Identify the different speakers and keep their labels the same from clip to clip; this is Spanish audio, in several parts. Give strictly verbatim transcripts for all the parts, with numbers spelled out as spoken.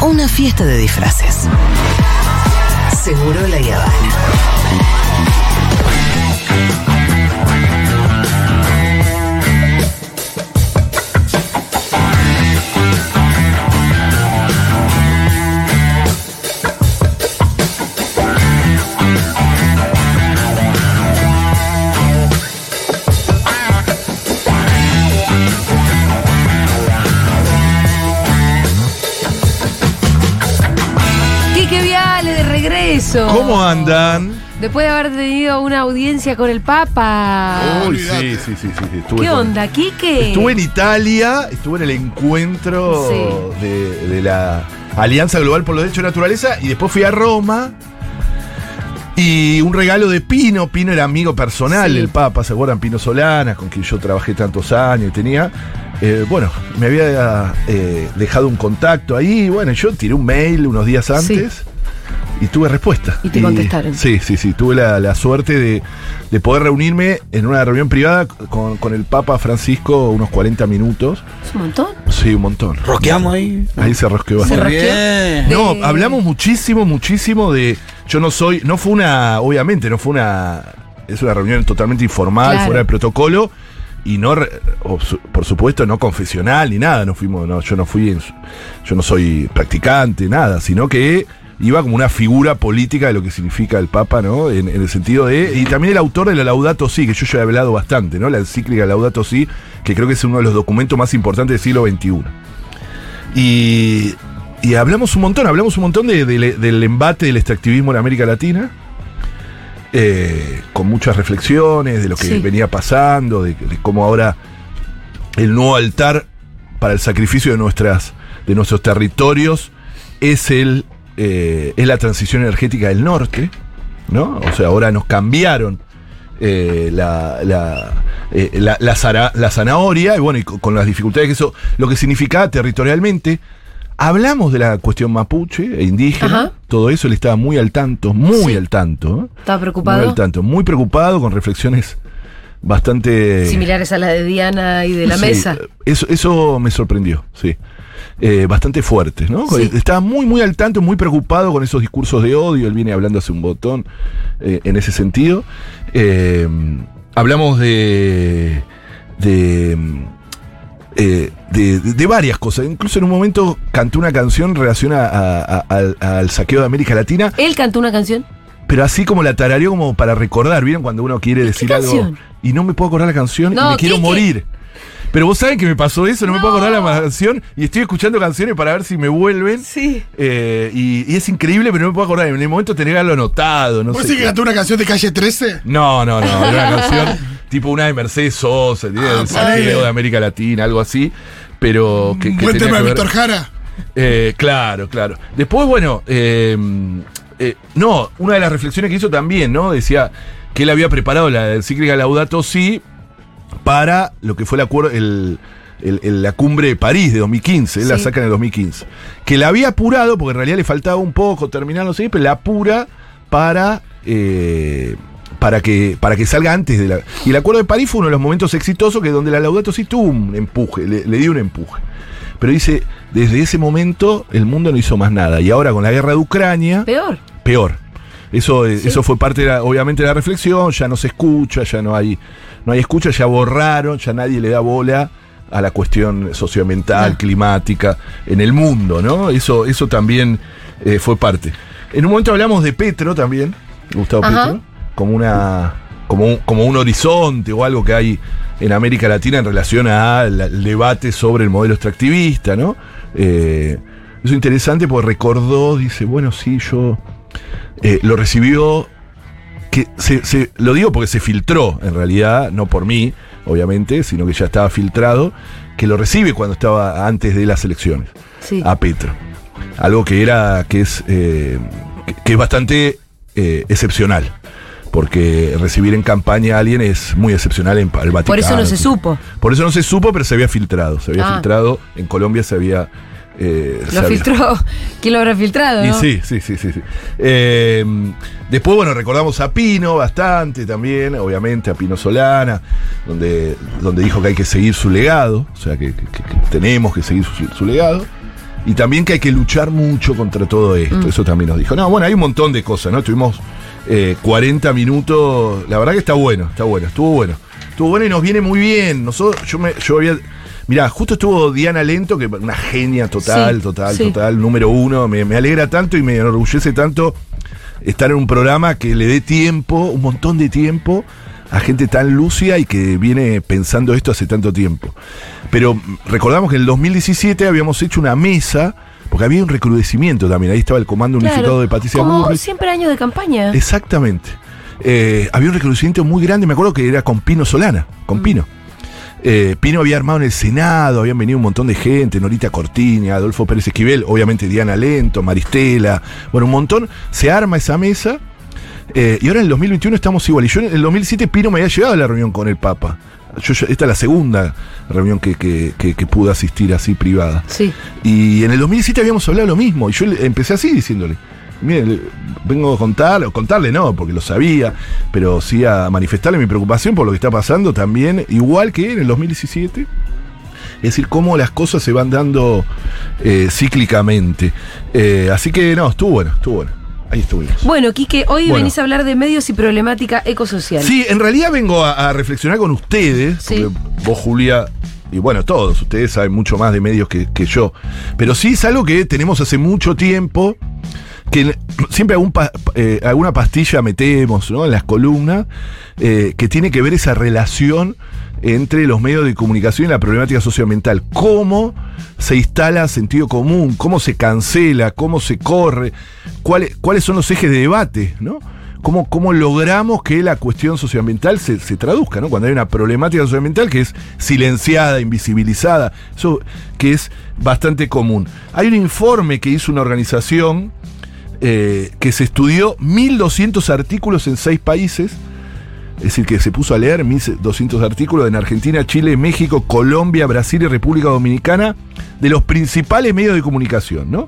Speaker 1: o una fiesta de disfraces. Seguro La Habana.
Speaker 2: ¿Cómo andan?
Speaker 3: Después de haber tenido una audiencia con el Papa.
Speaker 2: Uy, sí, sí, sí, sí. Estuve
Speaker 3: ¿Qué
Speaker 2: con,
Speaker 3: onda, Quique?
Speaker 2: Estuve en Italia, estuve en el encuentro
Speaker 3: sí.
Speaker 2: de, de la Alianza Global por los Derechos de la Naturaleza y después fui a Roma y un regalo de Pino. Pino era amigo personal
Speaker 3: sí.
Speaker 2: del Papa, ¿se acuerdan? Pino Solanas, con quien yo trabajé tantos años y tenía... Eh, bueno, me había eh, dejado un contacto ahí, bueno, yo tiré un mail unos días antes... Sí. Y tuve respuesta.
Speaker 3: Y te y, contestaron.
Speaker 2: Sí, sí, sí. Tuve la, la suerte de, de poder reunirme en una reunión privada con, con el Papa Francisco unos cuarenta minutos.
Speaker 3: ¿Es un montón?
Speaker 2: Sí, un montón.
Speaker 4: ¿Rosqueamos ahí?
Speaker 2: Ahí se rosqueó bastante.
Speaker 3: ¿Se rosqueó?
Speaker 2: No, hablamos muchísimo, muchísimo de... Yo no soy... No fue una... Obviamente, no fue una... Es una reunión totalmente informal, claro. Fuera de protocolo. Y no, por supuesto, no confesional ni nada. No fuimos... No, yo no fui... En, yo no soy practicante, nada. Sino que... Iba como una figura política de lo que significa el Papa, ¿no? En, en el sentido de... Y también el autor de la Laudato Si, que yo ya he hablado bastante, ¿no? La encíclica Laudato Si, que creo que es uno de los documentos más importantes del siglo veintiuno. Y, y hablamos un montón, hablamos un montón de, de, del embate del extractivismo en América Latina, eh, con muchas reflexiones de lo que sí. venía pasando, de, de cómo ahora el nuevo altar para el sacrificio de, nuestras, de nuestros territorios es el... Eh, es la transición energética del norte, ¿no? O sea, ahora nos cambiaron eh, la, la, eh, la, la, zara, la zanahoria, y bueno, y con, con las dificultades que eso, lo que significaba territorialmente. Hablamos de la cuestión mapuche e indígena, ajá. Todo eso, él estaba muy al tanto, muy sí. al tanto. ¿eh?
Speaker 3: ¿Estaba preocupado?
Speaker 2: Muy al tanto, muy preocupado, con reflexiones bastante...
Speaker 3: Similares a las de Diana y de la
Speaker 2: sí,
Speaker 3: mesa.
Speaker 2: Eso, eso me sorprendió, sí. Eh, bastante fuertes, ¿no? Sí. Estaba muy, muy al tanto, muy preocupado con esos discursos de odio. Él viene hablando hace un botón eh, en ese sentido. Eh, hablamos de de, eh, de, de de varias cosas. Incluso en un momento cantó una canción relacionada a, a, a, al, al saqueo de América Latina.
Speaker 3: ¿Él cantó una canción?
Speaker 2: Pero así como la tarareó como para recordar. ¿Vieron cuando uno quiere decir algo?
Speaker 3: Canción?
Speaker 2: Y no me puedo acordar la canción
Speaker 3: no,
Speaker 2: y me quiero
Speaker 3: ¿qué,
Speaker 2: morir.
Speaker 3: Qué?
Speaker 2: Pero vos sabés que me pasó eso, no, no me puedo acordar la canción y estoy escuchando canciones para ver si me vuelven.
Speaker 3: Sí.
Speaker 2: Eh, y, y es increíble, pero no me puedo acordar. En el momento tenía que haberlo anotado. No
Speaker 4: ¿Vos
Speaker 2: sé
Speaker 4: sí que cantó una canción de Calle trece?
Speaker 2: No, no, no. Era una canción tipo una de Mercedes Sosa, el ah, saqueo de América Latina, algo así. Pero que, que
Speaker 4: buen tema de
Speaker 2: ver...
Speaker 4: Víctor Jara.
Speaker 2: Eh, claro, claro. Después, bueno, eh, eh, no, una de las reflexiones que hizo también, ¿no? Decía que él había preparado la encíclica Laudato Si para lo que fue el acuerdo, el, el, el, la cumbre de París de dos mil quince, él sí. la saca en el dos mil quince, que la había apurado, porque en realidad le faltaba un poco terminar, no sé, pero la apura para, eh, para, que, para que salga antes de la... Y el acuerdo de París fue uno de los momentos exitosos que donde la Laudato Si tuvo un empuje, le, le dio un empuje. Pero dice, desde ese momento el mundo no hizo más nada, y ahora con la guerra de Ucrania...
Speaker 3: Peor.
Speaker 2: Peor. Eso,
Speaker 3: ¿sí?
Speaker 2: eso fue parte, de la, obviamente, de la reflexión. Ya no se escucha, ya no hay, no hay escucha, ya borraron, ya nadie le da bola a la cuestión socioambiental, no. climática en el mundo, ¿no? Eso, eso también eh, fue parte. En un momento hablamos de Petro también, Gustavo Ajá. Petro, como una, como un, como un horizonte o algo que hay en América Latina en relación al, al debate sobre el modelo extractivista, ¿no? Eh, eso es interesante porque recordó, dice, bueno, sí, yo... Eh, lo recibió, que se, se, lo digo porque se filtró, en realidad, no por mí, obviamente, sino que ya estaba filtrado, que lo recibe cuando estaba antes de las elecciones, sí. a Petro. Algo que era, que es, eh, que, que es bastante eh, excepcional, porque recibir en campaña a alguien es muy excepcional en el Vaticano.
Speaker 3: Por eso no se supo.
Speaker 2: Por eso no se supo, pero se había filtrado, se había ah. filtrado, en Colombia se había... Eh,
Speaker 3: lo filtró. ¿Quién lo habrá filtrado?
Speaker 2: Y
Speaker 3: ¿no?
Speaker 2: sí, sí, sí, sí. sí. Eh, después, bueno, recordamos a Pino bastante también, obviamente, a Pino Solana, donde, donde dijo que hay que seguir su legado, o sea, que, que, que tenemos que seguir su, su legado. Y también que hay que luchar mucho contra todo esto. Mm. Eso también nos dijo. No, bueno, hay un montón de cosas, ¿no? Estuvimos eh, cuarenta minutos. La verdad que está bueno, está bueno, estuvo bueno. Estuvo bueno y nos viene muy bien. Nosotros, yo me, yo había. Mirá, justo estuvo Diana Lento, que una genia total, sí, total, sí. total, número uno. Me, me alegra tanto y me enorgullece tanto estar en un programa que le dé tiempo, un montón de tiempo, a gente tan lúcida y que viene pensando esto hace tanto tiempo. Pero recordamos que en el dos mil diecisiete habíamos hecho una mesa, porque había un recrudecimiento también. Ahí estaba el Comando Unificado claro, de Patricia
Speaker 3: como
Speaker 2: Bullrich.
Speaker 3: Siempre años de campaña.
Speaker 2: Exactamente. Eh, había un recrudecimiento muy grande, me acuerdo que era con Pino Solana, con mm. Pino. Eh, Pino había armado en el Senado, habían venido un montón de gente, Norita Cortiña, Adolfo Pérez Esquivel, obviamente Diana Lento, Maristela, bueno, un montón. Se arma esa mesa eh, y ahora en el dos mil veintiuno estamos igual. Y yo en el dos mil siete Pino me había llegado a la reunión con el Papa. Yo, yo, esta es la segunda reunión que, que, que, que pude asistir así privada.
Speaker 3: Sí.
Speaker 2: Y en el dos mil siete habíamos hablado lo mismo. Y yo empecé así diciéndole: mire, vengo a contar, contarle no, porque lo sabía, pero sí a manifestarle mi preocupación por lo que está pasando también, igual que en el dos mil diecisiete. Es decir, cómo las cosas se van dando eh, cíclicamente. Eh, así que no, estuvo bueno, estuvo bueno. Ahí estuvimos.
Speaker 3: Bueno, Quique, hoy
Speaker 2: bueno.
Speaker 3: venís a hablar de medios y problemática ecosocial.
Speaker 2: Sí, en realidad vengo a, a reflexionar con ustedes,
Speaker 3: sí.
Speaker 2: porque vos, Julia, y bueno, todos ustedes saben mucho más de medios que, que yo, pero sí es algo que tenemos hace mucho tiempo, que siempre algún pa, eh, alguna pastilla metemos, ¿no?, en las columnas, eh, que tiene que ver esa relación entre los medios de comunicación y la problemática socioambiental. Cómo se instala sentido común, cómo se cancela, cómo se corre, cuáles, cuáles son los ejes de debate, ¿no? Cómo, cómo logramos que la cuestión socioambiental se, se traduzca, ¿no? Cuando hay una problemática socioambiental que es silenciada, invisibilizada, eso que es bastante común. Hay un informe que hizo una organización eh, que se estudió mil doscientos artículos en seis países. Es decir, que se puso a leer mil doscientos artículos en Argentina, Chile, México, Colombia, Brasil y República Dominicana, de los principales medios de comunicación, ¿no?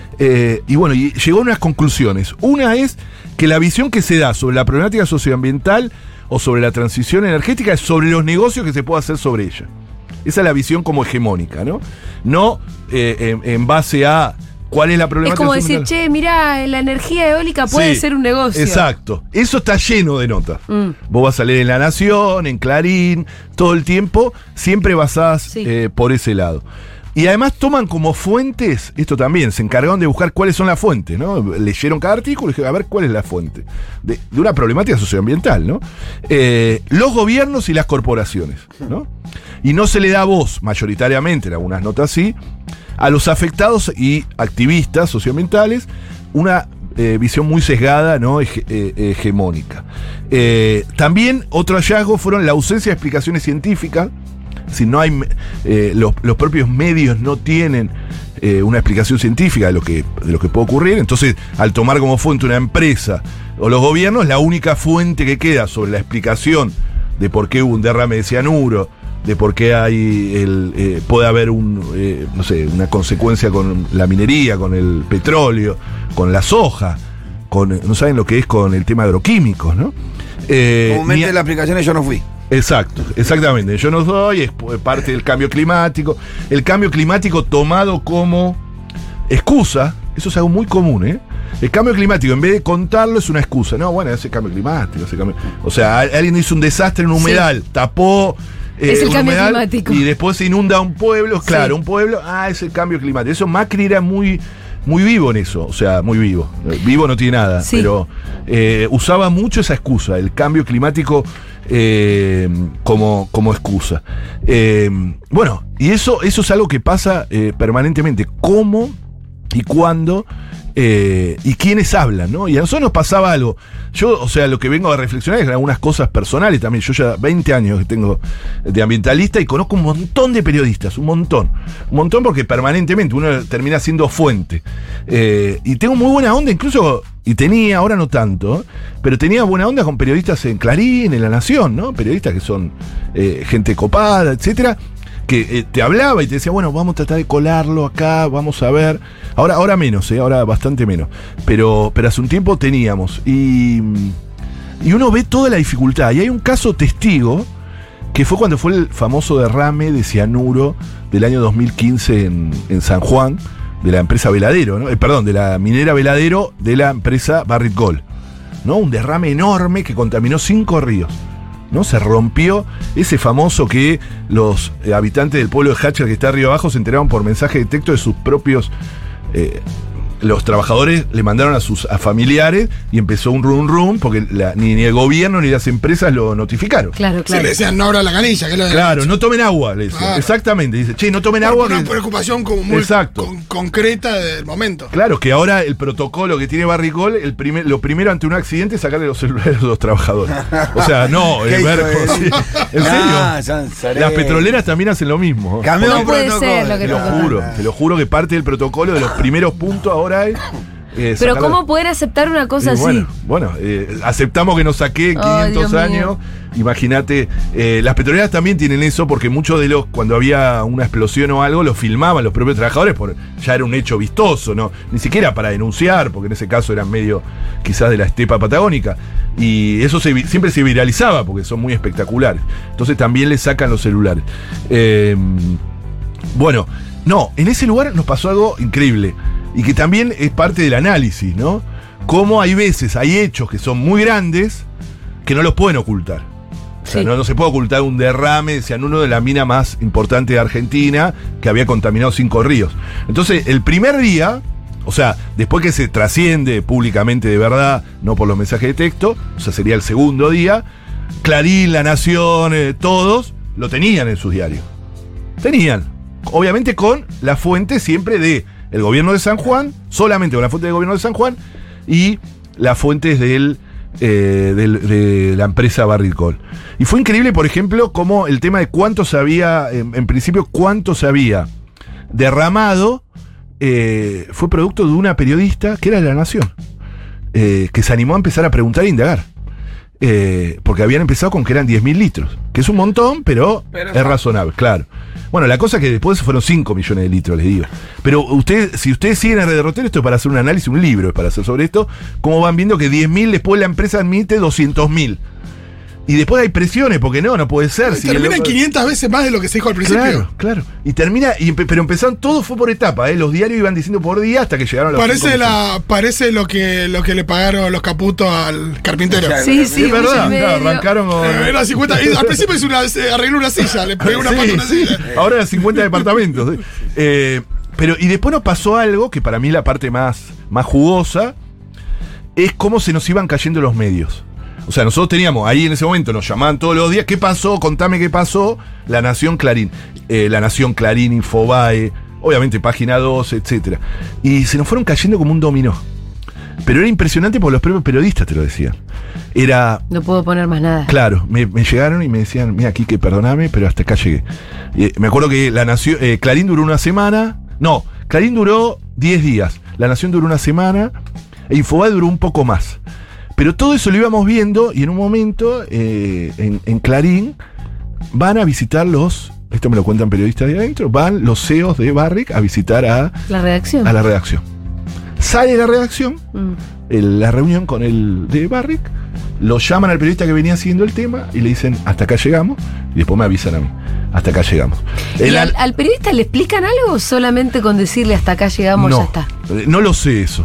Speaker 2: Eh, y bueno, y llegó a unas conclusiones. Una es que la visión que se da sobre la problemática socioambiental o sobre la transición energética es sobre los negocios que se puede hacer sobre ella. Esa es la visión como hegemónica, ¿no? No eh, en, en base a ¿cuál es la problemática?
Speaker 3: Es como decir, che, mirá, la energía eólica puede sí, ser un negocio.
Speaker 2: Exacto. Eso está lleno de notas.
Speaker 3: Mm.
Speaker 2: Vos vas a leer en La Nación, en Clarín, todo el tiempo, siempre basadas sí. eh, por ese lado. Y además toman como fuentes, esto también, se encargaron de buscar cuáles son las fuentes, ¿no? Leyeron cada artículo y dijeron, a ver cuál es la fuente de, de una problemática socioambiental, ¿no? Eh, los gobiernos y las corporaciones, ¿no? Y no se le da voz, mayoritariamente, en algunas notas sí, a los afectados y activistas socioambientales, una eh, visión muy sesgada, ¿no? Hege, eh, hegemónica. Eh, también otro hallazgo fueron la ausencia de explicaciones científicas. Si no hay eh, los, los propios medios no tienen eh, una explicación científica de lo que de lo que puede ocurrir, entonces al tomar como fuente una empresa o los gobiernos, la única fuente que queda sobre la explicación de por qué hubo un derrame de cianuro, de por qué hay el eh, puede haber un eh, no sé, una consecuencia con la minería, con el petróleo, con la soja, con no saben lo que es con el tema de agroquímicos, ¿no?
Speaker 5: Eh, Comúnmente ni, la aplicación es yo no fui.
Speaker 2: Exacto, exactamente. Yo no soy, es parte del cambio climático. El cambio climático tomado como excusa, eso es algo muy común, ¿eh? El cambio climático, en vez de contarlo, es una excusa. No, bueno, ese cambio climático, ese cambio. O sea, alguien hizo un desastre en un humedal, sí. tapó. Eh,
Speaker 3: es el cambio
Speaker 2: humedal,
Speaker 3: climático.
Speaker 2: Y después se inunda un pueblo, claro,
Speaker 3: sí.
Speaker 2: un pueblo, ah, es el cambio climático. Eso Macri era muy. Muy vivo en eso, o sea, muy vivo. Vivo no tiene nada, sí. pero eh, usaba mucho esa excusa, el cambio climático eh, como, como excusa. Eh, bueno, y eso, eso es algo que pasa eh, permanentemente. ¿Cómo y cuándo eh, y quiénes hablan, ¿no? Y a nosotros nos pasaba algo. Yo, o sea, lo que vengo a reflexionar es algunas cosas personales también. Yo ya veinte años que tengo de ambientalista y conozco un montón de periodistas, un montón. Un montón porque permanentemente uno termina siendo fuente. Eh, y tengo muy buena onda, incluso, y tenía, ahora no tanto, pero tenía buena onda con periodistas en Clarín, en La Nación, ¿no? Periodistas que son eh, gente copada, etcétera, que eh, te hablaba y te decía, bueno, vamos a tratar de colarlo acá, vamos a ver. Ahora, ahora menos, eh, ahora bastante menos. Pero, pero hace un tiempo teníamos. Y, y uno ve toda la dificultad. Y hay un caso testigo, que fue cuando fue el famoso derrame de cianuro del año dos mil quince en, en San Juan, de la empresa Veladero, ¿no? Eh, perdón, de la minera Veladero de la empresa Barrick Gold, ¿no? Un derrame enorme que contaminó cinco ríos, ¿no? Se rompió ese famoso que los eh, habitantes del pueblo de Hatcher, que está arriba abajo, se enteraron por mensaje de texto de sus propios... Eh, los trabajadores le mandaron a sus a familiares y empezó un rum rum porque la, ni, ni el gobierno ni las empresas lo notificaron.
Speaker 3: Claro, claro.
Speaker 4: Se le decían, no abra la canilla. Que es lo de
Speaker 2: Claro,
Speaker 4: la
Speaker 2: no tomen agua, le decían.
Speaker 4: Claro.
Speaker 2: Exactamente, dice, che, no tomen
Speaker 4: Por
Speaker 2: agua.
Speaker 4: Una
Speaker 2: que-
Speaker 4: preocupación como muy
Speaker 2: Exacto.
Speaker 4: con- concreta del momento.
Speaker 2: Claro, que ahora el protocolo que tiene Barrick Gold, el primer, lo primero ante un accidente es sacarle los celulares a los trabajadores. O sea, no,
Speaker 5: ¿Qué
Speaker 2: el
Speaker 5: hijo
Speaker 2: ver-
Speaker 5: de-
Speaker 2: sí. En
Speaker 5: Ah,
Speaker 2: serio.
Speaker 5: San Saré.
Speaker 2: Las petroleras también hacen lo mismo.
Speaker 5: Cambió
Speaker 3: No
Speaker 5: un
Speaker 3: puede
Speaker 5: protocolo.
Speaker 3: ser lo que
Speaker 2: Te lo
Speaker 3: te contás.
Speaker 2: juro, te lo juro que parte del protocolo de los primeros puntos ahora es. eh,
Speaker 3: Pero
Speaker 2: sacar-
Speaker 3: ¿cómo poder aceptar una cosa
Speaker 2: Eh,
Speaker 3: así?
Speaker 2: Bueno, bueno eh, aceptamos que nos saqué
Speaker 3: Ay,
Speaker 2: quinientos
Speaker 3: Dios
Speaker 2: años.
Speaker 3: mío.
Speaker 2: Imagínate, eh, las petroleras también tienen eso porque muchos de los, cuando había una explosión o algo, lo filmaban los propios trabajadores, por, ya era un hecho vistoso, ¿no? Ni siquiera para denunciar, porque en ese caso eran medio quizás de la estepa patagónica. Y eso se vi- siempre se viralizaba porque son muy espectaculares. Entonces también le sacan los celulares. Eh, bueno, no, en ese lugar nos pasó algo increíble y que también es parte del análisis, ¿no? Cómo hay veces, hay hechos que son muy grandes que no los pueden ocultar. O sea,
Speaker 3: Sí.
Speaker 2: no, no se puede ocultar un derrame de cianuro de la mina más importante de Argentina que había contaminado cinco ríos. Entonces, el primer día, o sea, después que se trasciende públicamente de verdad, no por los mensajes de texto, o sea, sería el segundo día, Clarín, La Nación, eh, todos lo tenían en sus diarios. Tenían. Obviamente con la fuente siempre de el gobierno de San Juan, solamente con la fuente del gobierno de San Juan y las fuentes del, eh, del- de la empresa Barrick Gold. Y fue increíble, por ejemplo, cómo el tema de cuánto se había, en, en principio, cuánto se había derramado, eh, fue producto de una periodista que era de La Nación, eh, que se animó a empezar a preguntar e indagar. Eh, porque habían empezado con que eran diez mil litros, que es un montón, pero,
Speaker 5: Pero
Speaker 2: es
Speaker 5: es
Speaker 2: razonable, claro. Bueno, la cosa es que después fueron cinco millones de litros, les digo. Pero usted, si ustedes siguen a Red Derrotero, esto es para hacer un análisis, un libro es para hacer sobre esto, cómo van viendo que diez mil, después la empresa admite doscientos mil. Y después hay presiones, porque no, no puede ser. si
Speaker 4: Termina en
Speaker 2: el-
Speaker 4: quinientas veces más de lo que se dijo al principio.
Speaker 2: Claro, claro. Y termina, y empe- pero empezaron, todo fue por etapa, ¿eh? Los diarios iban diciendo por día hasta que llegaron a los
Speaker 4: Parece
Speaker 2: cinco millones.
Speaker 4: la parece lo que lo que le pagaron los caputos al carpintero.
Speaker 5: Claro.
Speaker 3: Sí, sí,
Speaker 2: es verdad,
Speaker 3: un y
Speaker 2: claro,
Speaker 3: medio.
Speaker 2: arrancaron con...
Speaker 4: Eh, Era cincuenta. y al principio hizo una, se arregló una silla, le pegó una
Speaker 2: Sí,
Speaker 4: pata a una
Speaker 2: sí.
Speaker 4: silla.
Speaker 2: Ahora eran cincuenta departamentos. ¿sí? Eh, pero, y después nos pasó algo que para mí es la parte más, más jugosa, es cómo se nos iban cayendo los medios. O sea, nosotros teníamos, ahí en ese momento nos llamaban todos los días, ¿qué pasó? Contame qué pasó. La Nación Clarín, eh, La Nación Clarín, Infobae, obviamente Página dos, etcétera. Y se nos fueron cayendo como un dominó. Pero era impresionante porque los propios periodistas te lo decían. Era...
Speaker 3: No puedo poner más nada.
Speaker 2: Claro, me, me llegaron y me decían, mira, Quique, perdoname, pero hasta acá llegué. Eh, me acuerdo que la Nación, eh, Clarín duró una semana. No, Clarín duró diez días. La Nación duró una semana. E Infobae duró un poco más. Pero todo eso lo íbamos viendo y en un momento, eh, en, en Clarín, van a visitar los, esto me lo cuentan periodistas de adentro, van los C E Os de Barrick a visitar a,
Speaker 3: La redacción.
Speaker 2: a la redacción. Sale la redacción,
Speaker 3: Mm.
Speaker 2: el- la reunión con el de Barrick, lo llaman al periodista que venía siguiendo el tema y le dicen, hasta acá llegamos, y después me avisan a mí, hasta acá llegamos.
Speaker 3: ¿Y
Speaker 2: El
Speaker 3: al,
Speaker 2: an-
Speaker 3: al periodista le explican algo o solamente con decirle hasta acá llegamos
Speaker 2: no,
Speaker 3: ya está?
Speaker 2: eh, no lo sé eso.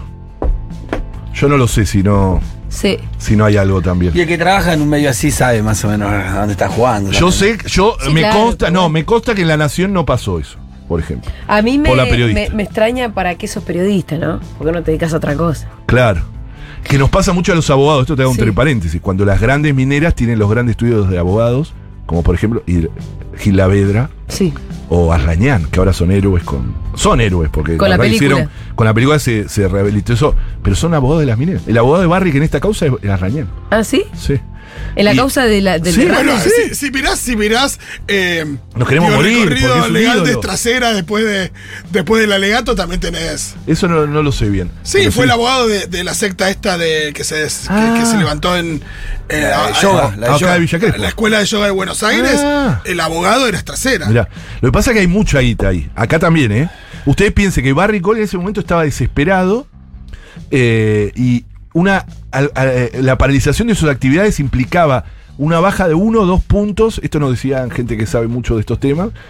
Speaker 2: Yo no lo sé si no,
Speaker 3: Sí.
Speaker 2: si no hay algo también.
Speaker 5: Y el que trabaja en un medio así sabe más o menos a dónde está jugando.
Speaker 2: Yo sé, yo
Speaker 3: Sí,
Speaker 2: me
Speaker 3: claro,
Speaker 2: consta,
Speaker 3: pero
Speaker 2: no,
Speaker 3: bueno.
Speaker 2: me consta que en La Nación no pasó eso, por ejemplo.
Speaker 3: A mí me,
Speaker 2: Por la periodista.
Speaker 3: me, me extraña para qué sos periodista, ¿no? Porque no te dedicas a otra cosa.
Speaker 2: Claro. Que nos pasa mucho a los abogados, esto te hago
Speaker 3: Sí.
Speaker 2: entre paréntesis, cuando las grandes mineras tienen los grandes estudios de abogados, como por ejemplo Ir- Gil Lavedra
Speaker 3: Sí.
Speaker 2: o Arrañán, que ahora son héroes con. Son héroes, porque
Speaker 3: Con la
Speaker 2: verdad
Speaker 3: película.
Speaker 2: hicieron- con la película se, se rehabilitó eso, pero son abogados de las mineras. El abogado de Barrick en esta causa es Arrañán.
Speaker 3: ¿Ah, sí?
Speaker 2: Sí.
Speaker 3: En la
Speaker 2: Y-
Speaker 3: causa de la, del
Speaker 2: Sí,
Speaker 3: derrame.
Speaker 4: Bueno,
Speaker 2: sí.
Speaker 4: si, si mirás, si mirás eh,
Speaker 2: Nos queremos
Speaker 4: digo,
Speaker 2: morir,
Speaker 4: recorrido
Speaker 2: porque es un
Speaker 4: legal de
Speaker 2: ídolo.
Speaker 4: trasera después de después del alegato también tenés.
Speaker 2: Eso no, no lo sé bien.
Speaker 4: Sí,
Speaker 2: Pero
Speaker 4: fue el abogado de, de la secta esta de que se des- que-
Speaker 2: Ah.
Speaker 4: que, se levantó en eh,
Speaker 5: La de
Speaker 4: a-
Speaker 5: yoga,
Speaker 4: a-
Speaker 5: la de
Speaker 2: acá
Speaker 5: yoga.
Speaker 2: de Villa Crespo.
Speaker 4: la escuela de yoga de Buenos Aires.
Speaker 2: Ah.
Speaker 4: El abogado era trasera.
Speaker 2: Mirá, lo que pasa es que hay mucha guita ahí. Acá también, ¿eh? Ustedes piensen que Barrick Gold en ese momento estaba desesperado eh, y una al- a- la paralización de sus actividades implicaba una baja de uno o dos puntos, esto nos decían gente que sabe mucho de estos temas,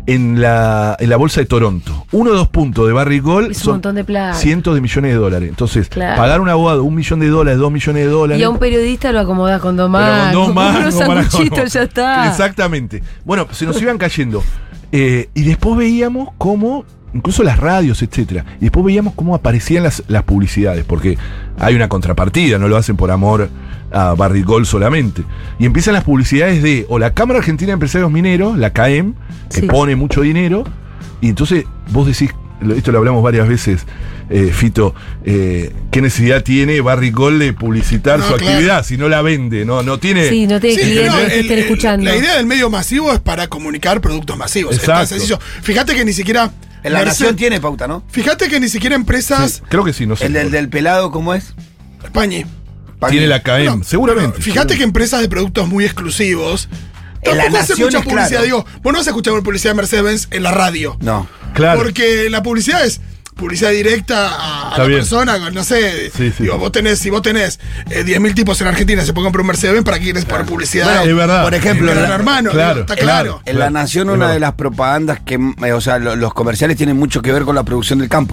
Speaker 2: en la, en la bolsa de Toronto. Uno o dos puntos de Barrick Gold
Speaker 3: Es un
Speaker 2: son
Speaker 3: montón de plata.
Speaker 2: cientos de millones de dólares. Entonces,
Speaker 3: Claro.
Speaker 2: pagar a un abogado un millón de dólares, dos millones de dólares.
Speaker 3: Y a un periodista lo acomodás con dos
Speaker 2: pero
Speaker 3: más.
Speaker 2: con dos más,
Speaker 3: unos
Speaker 2: como para-
Speaker 3: sanguchitos, ya está.
Speaker 2: Exactamente. Bueno, se nos iban cayendo. Eh, y después veíamos cómo, incluso las radios, etcétera, y después veíamos cómo aparecían las, las publicidades, porque hay una contrapartida, no lo hacen por amor a Barrick Gold solamente. Y empiezan las publicidades de o la Cámara Argentina de Empresarios Mineros, la C A E M, que
Speaker 3: Sí.
Speaker 2: pone mucho dinero, y entonces vos decís, lo- esto lo hablamos varias veces, eh, Fito, eh, ¿qué necesidad tiene Barrick Gold de publicitar
Speaker 4: No,
Speaker 2: su
Speaker 4: claro.
Speaker 2: actividad si no la vende? No, no tiene...
Speaker 3: Sí, no tiene
Speaker 4: Sí,
Speaker 3: clientes
Speaker 4: no,
Speaker 3: que
Speaker 4: el-
Speaker 3: estén
Speaker 4: el-
Speaker 3: escuchando.
Speaker 4: La idea del medio masivo es para comunicar productos masivos. Es tan
Speaker 2: Exacto.
Speaker 4: sencillo. Fíjate que ni siquiera.
Speaker 5: En la
Speaker 4: Merced-
Speaker 5: Nación tiene pauta, ¿no?
Speaker 4: Fíjate que ni siquiera empresas.
Speaker 2: Sí, creo que sí, no sé.
Speaker 5: El del, del pelado, ¿cómo es?
Speaker 4: España.
Speaker 2: Tiene la C A E M,
Speaker 4: Bueno,
Speaker 2: seguramente.
Speaker 4: pero Fíjate que empresas de productos muy exclusivos.
Speaker 5: En la
Speaker 4: Tampoco hace
Speaker 5: Nación
Speaker 4: mucha
Speaker 5: es
Speaker 4: publicidad.
Speaker 5: claro.
Speaker 4: Digo, vos no vas a escuchar publicidad de Mercedes-Benz en la radio.
Speaker 5: No.
Speaker 2: Claro.
Speaker 4: Porque la publicidad es publicidad directa a, a
Speaker 2: Está
Speaker 4: la
Speaker 2: bien.
Speaker 4: persona, no sé.
Speaker 2: Sí, sí.
Speaker 4: Digo, vos tenés, si vos tenés eh, diez mil tipos en Argentina, se pueden comprar un Mercedes-Benz, ¿para qué quieres poner publicidad?
Speaker 5: Bueno,
Speaker 2: es verdad.
Speaker 5: Por ejemplo,
Speaker 4: Gran
Speaker 5: la-
Speaker 4: hermano,
Speaker 2: claro,
Speaker 4: digo, está
Speaker 2: claro.
Speaker 4: claro.
Speaker 5: En La Nación,
Speaker 2: Es
Speaker 5: una
Speaker 2: verdad.
Speaker 5: de las propagandas que, eh, o sea, lo- los comerciales tienen mucho que ver con la producción del campo.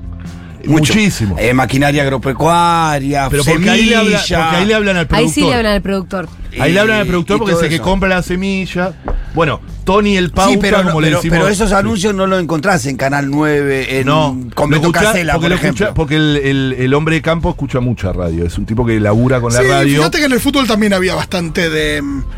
Speaker 5: Mucho.
Speaker 2: Muchísimo.
Speaker 5: Eh, maquinaria agropecuaria,
Speaker 2: Pero porque ahí, le habla-
Speaker 5: semilla.
Speaker 2: porque ahí le hablan al productor.
Speaker 3: Ahí sí le hablan al productor.
Speaker 2: Ahí le hablan al
Speaker 5: y-
Speaker 2: productor
Speaker 5: y
Speaker 2: porque es
Speaker 5: todo
Speaker 2: el que
Speaker 5: eso.
Speaker 2: compra la semilla. Bueno, Tony el Pauta,
Speaker 5: Sí, pero, no-
Speaker 2: como le
Speaker 5: pero-
Speaker 2: decimos.
Speaker 5: pero esos
Speaker 2: Sí.
Speaker 5: anuncios no los encontrás en Canal nueve, en
Speaker 2: No,
Speaker 5: con
Speaker 2: lo
Speaker 5: Beto
Speaker 2: escuchá-
Speaker 5: Casella,
Speaker 2: porque,
Speaker 5: por
Speaker 2: lo
Speaker 5: ejemplo.
Speaker 2: escuchá- porque el, el- el hombre de campo escucha mucha radio. Es un tipo que labura con la
Speaker 4: Sí,
Speaker 2: radio.
Speaker 4: fíjate que en el fútbol también había bastante de,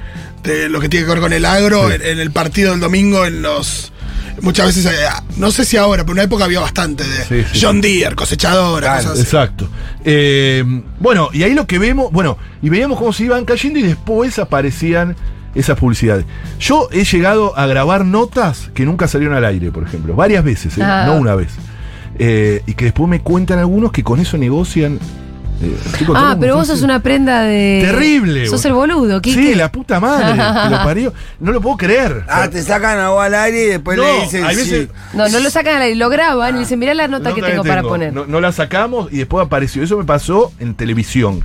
Speaker 4: de lo que tiene que ver con el agro,
Speaker 2: Sí.
Speaker 4: en, en el partido del domingo, en los. Muchas veces, eh, no sé si ahora, pero en una época había bastante de
Speaker 2: Sí, sí,
Speaker 4: John Deere, cosechadora,
Speaker 5: Claro,
Speaker 4: cosas así.
Speaker 2: Exacto. Eh, bueno, y ahí lo que vemos, bueno, y veíamos cómo se iban cayendo y después aparecían esas publicidades. Yo he llegado a grabar notas que nunca salieron al aire, por ejemplo, varias veces, ¿eh?
Speaker 3: Ah.
Speaker 2: No una vez. Eh, y que después me cuentan algunos que con eso negocian. eh, estoy contando
Speaker 3: Ah,
Speaker 2: como
Speaker 3: pero
Speaker 2: si
Speaker 3: vos sos
Speaker 2: fuese-
Speaker 3: una prenda de.
Speaker 2: Terrible.
Speaker 3: Sos
Speaker 2: vos.
Speaker 3: el boludo, Quique.
Speaker 2: Sí, la puta madre, que lo parió. No lo puedo creer.
Speaker 5: Ah, te sacan agua al aire y después
Speaker 2: No,
Speaker 5: le dicen
Speaker 2: hay
Speaker 5: sí.
Speaker 2: veces-
Speaker 3: No, no lo sacan al aire, lo graban y dicen, mirá la nota
Speaker 2: La
Speaker 3: que
Speaker 2: nota
Speaker 3: tengo para poner.
Speaker 2: No, no la sacamos y después apareció. Eso me pasó en televisión.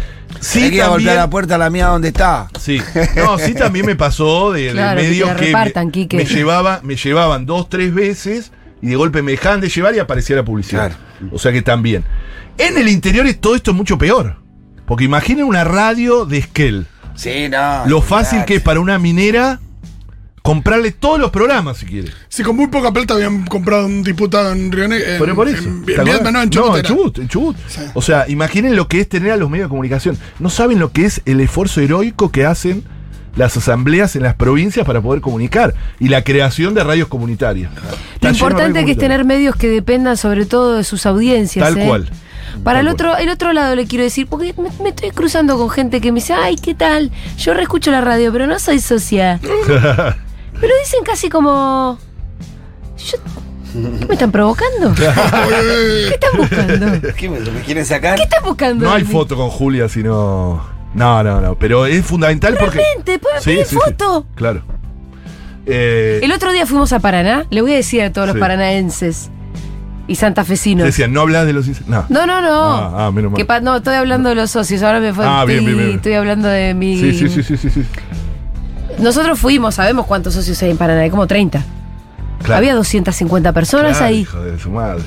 Speaker 2: Sí,
Speaker 5: Hay que ir a golpear
Speaker 2: también-
Speaker 5: la puerta a la mía donde está.
Speaker 2: Sí, no, sí también me pasó de, de
Speaker 3: Claro, que
Speaker 2: medios
Speaker 3: te la
Speaker 2: que,
Speaker 3: repartan,
Speaker 2: me,
Speaker 3: Quique.
Speaker 2: me llevaba, me llevaban dos, tres veces y de golpe me dejaban de llevar y aparecía la publicidad.
Speaker 5: Claro.
Speaker 2: O sea que también. En el interior es todo esto mucho peor. Porque imaginen una radio de Esquel.
Speaker 5: Sí, no.
Speaker 2: Lo fácil que es para una minera comprarle todos los programas si quiere.
Speaker 4: Si con muy poca plata habían comprado un diputado en Río Negro.
Speaker 2: Pero por eso.
Speaker 4: En,
Speaker 2: ¿te
Speaker 4: en
Speaker 2: acordás?
Speaker 4: Vietnam, no, en Chubut.
Speaker 2: No, en
Speaker 4: era.
Speaker 2: Chubut, en Chubut.
Speaker 4: Sí.
Speaker 2: O sea, imaginen lo que es tener a los medios de comunicación. No saben lo que es el esfuerzo heroico que hacen las asambleas en las provincias para poder comunicar y la creación de radios comunitarias. Está
Speaker 3: Lo
Speaker 2: lleno de
Speaker 3: importante
Speaker 2: radios
Speaker 3: que es tener
Speaker 2: comunitarias.
Speaker 3: medios que dependan sobre todo de sus audiencias.
Speaker 2: Tal
Speaker 3: ¿eh?
Speaker 2: cual.
Speaker 3: Para
Speaker 2: Tal
Speaker 3: el
Speaker 2: cual.
Speaker 3: otro, el otro lado le quiero decir, porque me, me estoy cruzando con gente que me dice, ay, ¿qué tal? Yo reescucho la radio, pero no soy socia. Pero dicen casi como. Yo- ¿Qué me están provocando? ¿Qué están buscando? ¿Qué
Speaker 5: ¿Qué me, me quieren sacar?
Speaker 3: están buscando?
Speaker 2: No hay
Speaker 3: de mí?
Speaker 2: foto con Julia, sino. No, no, no. Pero es fundamental porque.
Speaker 3: Realmente, ¿pueden pedir foto?
Speaker 2: claro. Eh,
Speaker 3: El otro día fuimos a Paraná, le voy a decir a todos los
Speaker 2: Sí.
Speaker 3: paranaenses y santafesinos.
Speaker 2: decían, no hablas de los. inc- No.
Speaker 3: No, no, no.
Speaker 2: Ah, ah, menos mal.
Speaker 3: Que pa- no, estoy hablando de los socios, ahora me fue.
Speaker 2: Ah, bien,
Speaker 3: estoy,
Speaker 2: bien, bien.
Speaker 3: estoy hablando de mi.
Speaker 2: Sí, sí, sí, sí, sí, sí.
Speaker 3: Nosotros fuimos, sabemos cuántos socios hay en Paraná, hay como treinta.
Speaker 2: Claro.
Speaker 3: Había doscientas cincuenta personas
Speaker 2: Claro,
Speaker 3: ahí.
Speaker 2: hijo de su madre.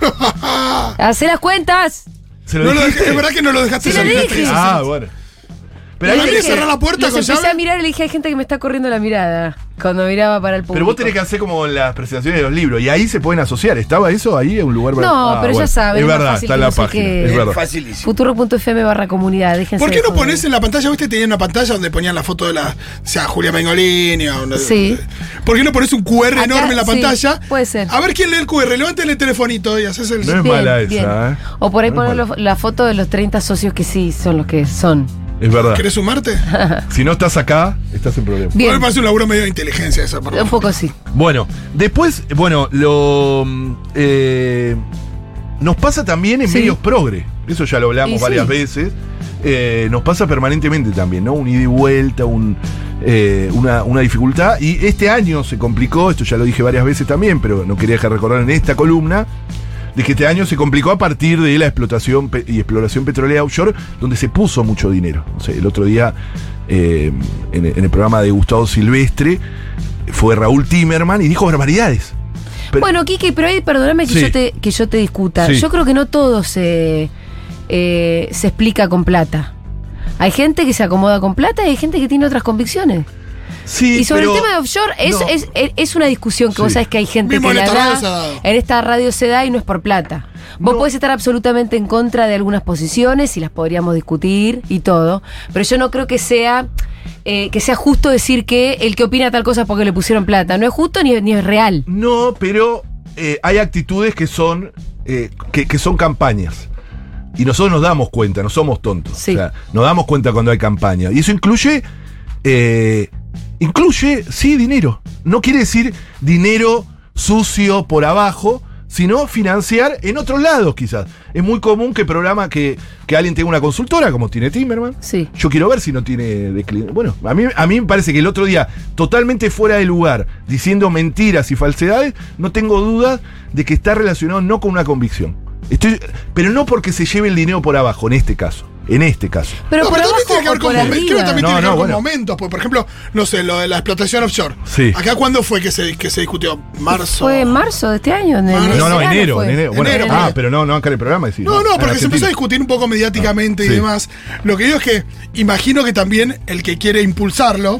Speaker 3: ¡Hacé las cuentas!
Speaker 2: ¿Se lo
Speaker 4: No lo
Speaker 2: dijiste?
Speaker 4: dejé- es verdad que no lo dejaste
Speaker 3: Sí, lo
Speaker 4: salir.
Speaker 3: dije.
Speaker 2: Ah, bueno. Pero,
Speaker 3: Y
Speaker 2: ahí
Speaker 3: le
Speaker 4: que
Speaker 2: tenés que-
Speaker 4: cerrar la puerta
Speaker 3: los
Speaker 4: con
Speaker 3: empecé
Speaker 4: llave.
Speaker 3: a mirar y le dije, hay gente que me está corriendo la mirada cuando miraba para el público.
Speaker 2: pero vos tenés que hacer como las presentaciones de los libros y ahí se pueden asociar. ¿Estaba eso ahí en un lugar?
Speaker 3: No,
Speaker 2: Ah,
Speaker 3: pero ya
Speaker 2: bueno.
Speaker 3: saben,
Speaker 2: Es
Speaker 3: es más
Speaker 2: verdad,
Speaker 3: fácil
Speaker 2: está en
Speaker 3: que
Speaker 2: la
Speaker 3: no sé
Speaker 2: página.
Speaker 3: qué.
Speaker 2: Es verdad.
Speaker 5: Facilísimo.
Speaker 3: Futuro.fm barra comunidad, déjense
Speaker 4: ¿Por qué
Speaker 3: de
Speaker 4: no
Speaker 3: joder.
Speaker 4: pones en la pantalla? ¿Viste? Tenían una pantalla donde ponían la foto de la. O sea, Julia Mengolini o una-
Speaker 3: Sí.
Speaker 4: ¿Por qué no pones un Q R
Speaker 3: Acá,
Speaker 4: enorme en la
Speaker 3: sí,
Speaker 4: pantalla?
Speaker 3: puede ser.
Speaker 4: A ver quién lee el Q R. Levanten el telefonito y haces el.
Speaker 2: No es
Speaker 3: Bien,
Speaker 2: mala
Speaker 3: bien.
Speaker 2: esa, ¿eh?
Speaker 3: O por ahí
Speaker 2: No es
Speaker 3: poner
Speaker 2: mala.
Speaker 3: los- la foto de los treinta socios que sí son los que son.
Speaker 2: Es verdad.
Speaker 4: ¿Querés sumarte?
Speaker 2: Si no estás acá, estás en problemas.
Speaker 4: A mí
Speaker 3: Bien,
Speaker 4: me parece un laburo medio de inteligencia eso,
Speaker 3: un
Speaker 4: perdón.
Speaker 3: poco sí.
Speaker 2: Bueno, después, bueno, lo. mm, eh, nos pasa también en
Speaker 3: Sí.
Speaker 2: medios progre. Eso ya lo hablamos
Speaker 3: Y
Speaker 2: varias
Speaker 3: sí.
Speaker 2: veces. Eh, nos pasa permanentemente también, ¿no? Un ida y vuelta, un, eh, una, una dificultad. Y este año se complicó, esto ya lo dije varias veces también, pero no quería dejar de recordar en esta columna, de que este año se complicó a partir de la explotación pe- y exploración petrolera offshore, donde se puso mucho dinero. O sea, el otro día, eh, en, en el programa de Gustavo Silvestre, fue Raúl Timerman y dijo barbaridades. Pero,
Speaker 3: bueno, Quique, pero ahí perdóname que,
Speaker 2: sí.
Speaker 3: yo te, que yo te discuta.
Speaker 2: Sí.
Speaker 3: Yo creo que no todo se, eh, se explica con plata. Hay gente que se acomoda con plata y hay gente que tiene otras convicciones.
Speaker 2: sí,
Speaker 3: Y sobre
Speaker 2: pero,
Speaker 3: el tema de offshore, es,
Speaker 2: no.
Speaker 3: es, es, es una discusión que
Speaker 2: Sí.
Speaker 3: vos sabés que hay gente
Speaker 4: Mismo
Speaker 3: que
Speaker 4: en
Speaker 3: la
Speaker 4: esta radio
Speaker 3: da.
Speaker 4: se ha dado.
Speaker 3: En esta radio se da y no es por plata. Vos
Speaker 2: No.
Speaker 3: podés estar absolutamente en contra de algunas posiciones y las podríamos discutir y todo. Pero yo no creo que sea eh, que sea justo decir que el que opina tal cosa es porque le pusieron plata. No es justo ni, ni es real.
Speaker 2: No, pero eh, hay actitudes que son, eh, que, que son campañas. Y nosotros nos damos cuenta, no somos tontos.
Speaker 3: Sí.
Speaker 2: O sea, nos damos cuenta cuando hay campaña. Y eso incluye, eh, incluye, sí, dinero. No quiere decir dinero sucio por abajo, sino financiar en otros lados quizás. Es muy común que programa que, que alguien tenga una consultora, como tiene Timerman.
Speaker 3: Sí.
Speaker 2: Yo quiero ver si no tiene declinación. Bueno, a mí, a mí me parece que el otro día, totalmente fuera de lugar, diciendo mentiras y falsedades, no tengo dudas de que está relacionado no con una convicción. Estoy, pero no porque se lleve el dinero por abajo, en este caso. En este caso.
Speaker 3: Pero
Speaker 4: No,
Speaker 3: por
Speaker 4: pero
Speaker 3: abajo
Speaker 4: también tiene que
Speaker 3: o
Speaker 4: ver con
Speaker 3: por
Speaker 4: momentos. Creo que
Speaker 3: arriba.
Speaker 4: también
Speaker 2: No,
Speaker 4: tiene que
Speaker 2: no,
Speaker 4: ver con
Speaker 2: bueno.
Speaker 4: momentos. Pues, por ejemplo, no sé, lo de la explotación offshore.
Speaker 2: Sí.
Speaker 4: ¿Acá cuándo fue que se, que se discutió? ¿Marzo?
Speaker 3: Fue en marzo de este año. en el-
Speaker 4: Marzo.
Speaker 3: en
Speaker 2: No, no,
Speaker 3: verano
Speaker 2: enero,
Speaker 3: fue.
Speaker 2: en enero. Bueno,
Speaker 4: Enero,
Speaker 2: ah,
Speaker 4: porque-
Speaker 2: pero no, no acá en el programa. Sí,
Speaker 4: No, no,
Speaker 2: en
Speaker 4: porque se empezó a
Speaker 2: Argentina.
Speaker 4: discutir un poco mediáticamente
Speaker 2: Ah,
Speaker 4: y
Speaker 2: sí.
Speaker 4: demás. Lo que digo es que imagino que también el que quiere impulsarlo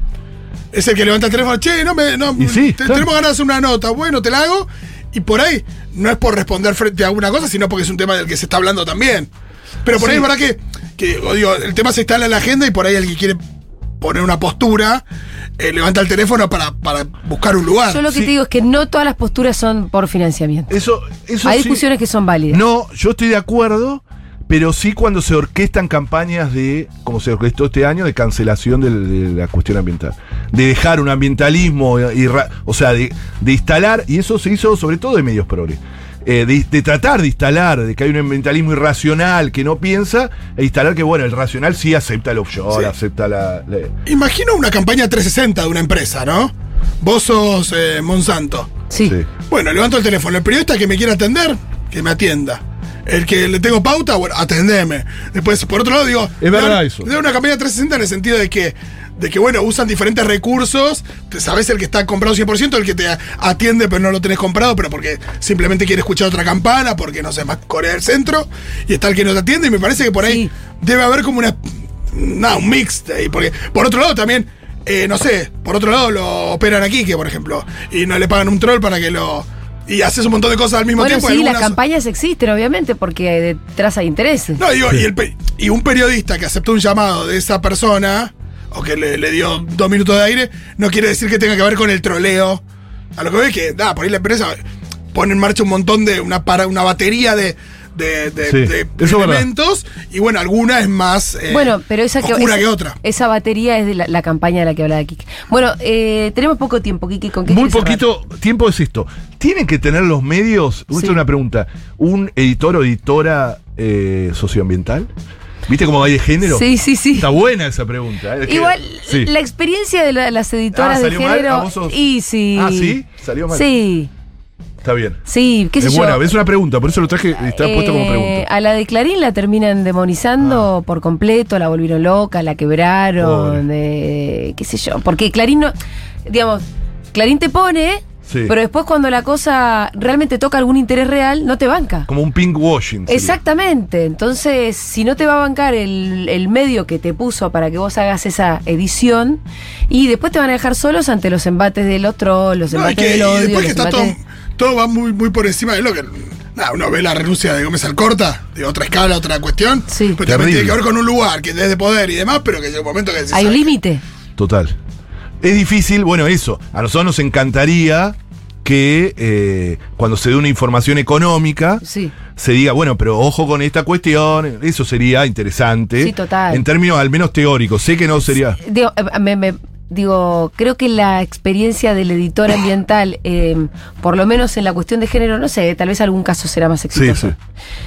Speaker 4: es el que levanta el teléfono. Che, no me. No,
Speaker 2: Y sí,
Speaker 4: te-
Speaker 2: claro.
Speaker 4: tenemos ganas de hacer una nota. Bueno, te la hago. Y por ahí no es por responder frente a alguna cosa, sino porque es un tema del que se está hablando también. Pero por
Speaker 2: Sí.
Speaker 4: ahí es verdad que, que o digo, el tema se instala en la agenda y por ahí el que quiere poner una postura eh, levanta el teléfono para, para buscar un lugar.
Speaker 3: Yo lo que
Speaker 2: Sí.
Speaker 3: te digo es que no todas las posturas son por financiamiento.
Speaker 2: Eso, eso
Speaker 3: Hay
Speaker 2: sí.
Speaker 3: discusiones que son válidas.
Speaker 2: No, yo estoy de acuerdo, pero sí cuando se orquestan campañas de, como se orquestó este año, de cancelación del- de, la cuestión ambiental. De dejar un ambientalismo, irra- o sea, de, de instalar, y eso se hizo sobre todo en medios progres. Eh, de, de tratar de instalar, de que hay un ambientalismo irracional que no piensa, e instalar que, bueno, el racional sí acepta el offshore,
Speaker 4: Sí.
Speaker 2: acepta la... la-
Speaker 4: Imagino una campaña trescientos sesenta de una empresa, ¿no? Vos sos eh, Monsanto.
Speaker 3: Sí.
Speaker 2: sí.
Speaker 4: Bueno, levanto el teléfono. El periodista que me quiera atender, que me atienda. El que le tengo pauta, bueno, atendeme. Después, por otro lado, digo.
Speaker 2: Es verdad
Speaker 4: dan-
Speaker 2: eso.
Speaker 4: dan una campaña trescientos sesenta en el sentido de que, de que, bueno, usan diferentes recursos. Te sabés el que está comprado cien por ciento, el que te atiende, pero no lo tenés comprado, pero porque simplemente quiere escuchar otra campana, porque no sé, más Corea del Centro. Y está el que no te atiende, y me parece que por ahí
Speaker 3: Sí.
Speaker 4: debe haber como una. Nada, un mix. de ahí, porque, por otro lado, también. Eh, no sé, por otro lado lo operan aquí, que por ejemplo, y no le pagan un troll para que lo. Y haces un montón de cosas al mismo
Speaker 3: Bueno,
Speaker 4: tiempo.
Speaker 3: sí,
Speaker 4: y
Speaker 3: las
Speaker 4: algunas-
Speaker 3: campañas existen, obviamente, porque detrás hay intereses.
Speaker 4: No, digo, y, el pe- y un periodista que aceptó un llamado de esa persona, o que le, le dio dos minutos de aire, no quiere decir que tenga que ver con el troleo. A lo que ve es que, nada, por ahí la empresa pone en marcha un montón de. una, para, una batería de. de, de-
Speaker 2: Sí,
Speaker 4: de
Speaker 2: eso es verdad.
Speaker 4: elementos. Y bueno, alguna es más. eh,
Speaker 3: Bueno, pero esa que,
Speaker 4: oscura
Speaker 3: esa,
Speaker 4: que otra.
Speaker 3: esa batería es de la, la campaña de la que hablaba Kike. Bueno, eh, tenemos poco tiempo, Kike. ¿Con qué
Speaker 2: Muy
Speaker 3: quieres cerrar?
Speaker 2: poquito tiempo es esto. ¿Tienen que tener los medios? Esta
Speaker 3: Sí.
Speaker 2: es una pregunta. ¿Un editor o editora eh, socioambiental? ¿Viste cómo hay de género?
Speaker 3: Sí, sí, sí.
Speaker 2: Está buena esa pregunta. Es que-
Speaker 3: Igual,
Speaker 2: sí.
Speaker 3: la experiencia de la- las editoras
Speaker 2: Ah,
Speaker 3: de
Speaker 2: ¿salió mal?
Speaker 3: género.
Speaker 2: ¿A vos sos-
Speaker 3: Y sí.
Speaker 2: Ah, ¿sí? ¿Salió mal?
Speaker 3: Sí,
Speaker 2: Está bien.
Speaker 3: sí, qué sé
Speaker 2: Es
Speaker 3: yo.
Speaker 2: buena, es una pregunta, por eso lo traje, está puesto como
Speaker 3: Eh,
Speaker 2: pregunta. Ah.
Speaker 3: A la de Clarín la terminan demonizando por completo, la volvieron loca, la quebraron, de, qué sé yo. Porque Clarín no, digamos, Clarín te pone,
Speaker 2: Sí.
Speaker 3: pero después cuando la cosa realmente toca algún interés real, no te banca.
Speaker 2: Como un pink washing. sería.
Speaker 3: Exactamente, entonces si no te va a bancar el, el medio que te puso para que vos hagas esa edición, y después te van a dejar solos ante los embates del otro, los
Speaker 4: No, y,
Speaker 3: embates
Speaker 4: que,
Speaker 3: del
Speaker 4: y
Speaker 3: odio.
Speaker 4: después que
Speaker 3: los
Speaker 4: está todo,
Speaker 3: embates-
Speaker 4: todo va muy, muy por encima de lo que. Nada, uno ve la renuncia de Gómez Alcorta, de otra escala, otra cuestión.
Speaker 3: Sí.
Speaker 4: Pero también
Speaker 2: Terrible.
Speaker 4: tiene que ver con un lugar que es de poder y demás, pero que llega un momento que se
Speaker 3: Hay un
Speaker 4: sabe.
Speaker 3: límite.
Speaker 2: Total. Es difícil, bueno, eso. A nosotros nos encantaría que eh, cuando se dé una información económica,
Speaker 3: Sí.
Speaker 2: se diga, bueno, pero ojo con esta cuestión, eso sería interesante.
Speaker 3: Sí, total.
Speaker 2: En términos al menos teóricos. Sé que no sería.
Speaker 3: Digo, eh, me- me- digo, creo que la experiencia del editor ambiental, eh, por lo menos en la cuestión de género, no sé, tal vez algún caso será más
Speaker 2: Sí,
Speaker 3: exitoso.
Speaker 2: sí.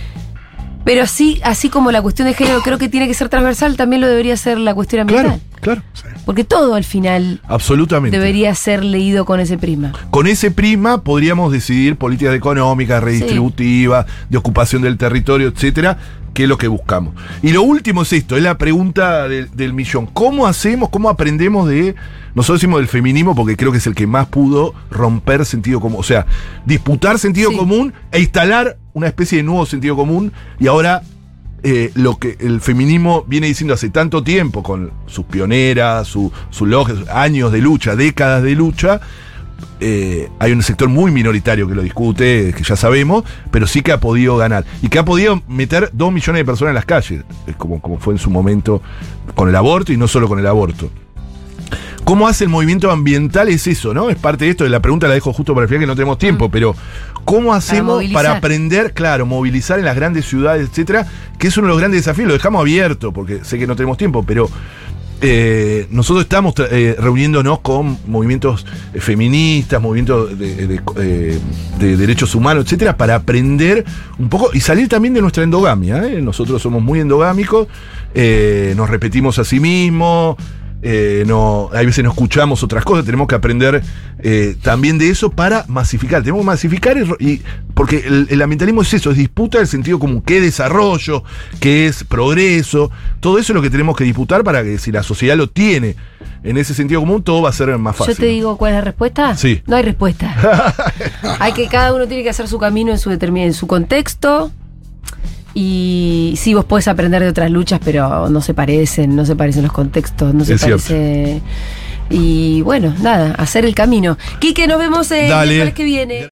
Speaker 3: Pero así, así como la cuestión de género creo que tiene que ser transversal, también lo debería ser la cuestión ambiental.
Speaker 2: Claro, claro.
Speaker 4: Sí.
Speaker 3: Porque todo al final
Speaker 2: Absolutamente.
Speaker 3: debería ser leído con ese prisma.
Speaker 2: Con ese prisma podríamos decidir políticas económicas, redistributivas, sí. de ocupación del territorio, etcétera, que es lo que buscamos. Y lo último es esto, es la pregunta de, del millón. ¿Cómo hacemos, cómo aprendemos de... Nosotros decimos del feminismo porque creo que es el que más pudo romper sentido común. O sea, disputar sentido sí. común e instalar una especie de nuevo sentido común. Y ahora eh, lo que el feminismo viene diciendo hace tanto tiempo, con sus pioneras, su, su logia, años de lucha, décadas de lucha. Eh, hay un sector muy minoritario que lo discute, que ya sabemos, pero sí que ha podido ganar. Y que ha podido meter dos millones de personas en las calles, como, como fue en su momento con el aborto y no solo con el aborto. ¿Cómo hace el movimiento ambiental? Es eso, ¿no? Es parte de esto, de la pregunta la dejo justo para el final que no tenemos tiempo, mm. pero ¿cómo hacemos para, para aprender, claro, movilizar en las grandes ciudades, etcétera? Que es uno de los grandes desafíos, lo dejamos abierto porque sé que no tenemos tiempo, pero eh, nosotros estamos eh, reuniéndonos con movimientos eh, feministas, movimientos de, de, eh, de derechos humanos, etcétera, para aprender un poco y salir también de nuestra endogamia, ¿eh? Nosotros somos muy endogámicos, eh, nos repetimos a sí mismos. Eh, no, hay veces no escuchamos otras cosas, tenemos que aprender eh, también de eso para masificar. Tenemos que masificar y, y porque el, el ambientalismo es eso, es disputa del sentido común, qué desarrollo, qué es progreso, todo eso es lo que tenemos que disputar para que si la sociedad lo tiene en ese sentido común, todo va a ser más fácil.
Speaker 3: Yo te digo cuál es la respuesta.
Speaker 2: Sí.
Speaker 3: No hay respuesta. Hay que, cada uno tiene que hacer su camino en su determin, en su contexto. Y sí, vos podés aprender de otras luchas, pero no se parecen, no se parecen los contextos, no se
Speaker 2: es
Speaker 3: parece. Cierto. Y bueno, nada, hacer el camino. Quique, nos vemos el miércoles que viene.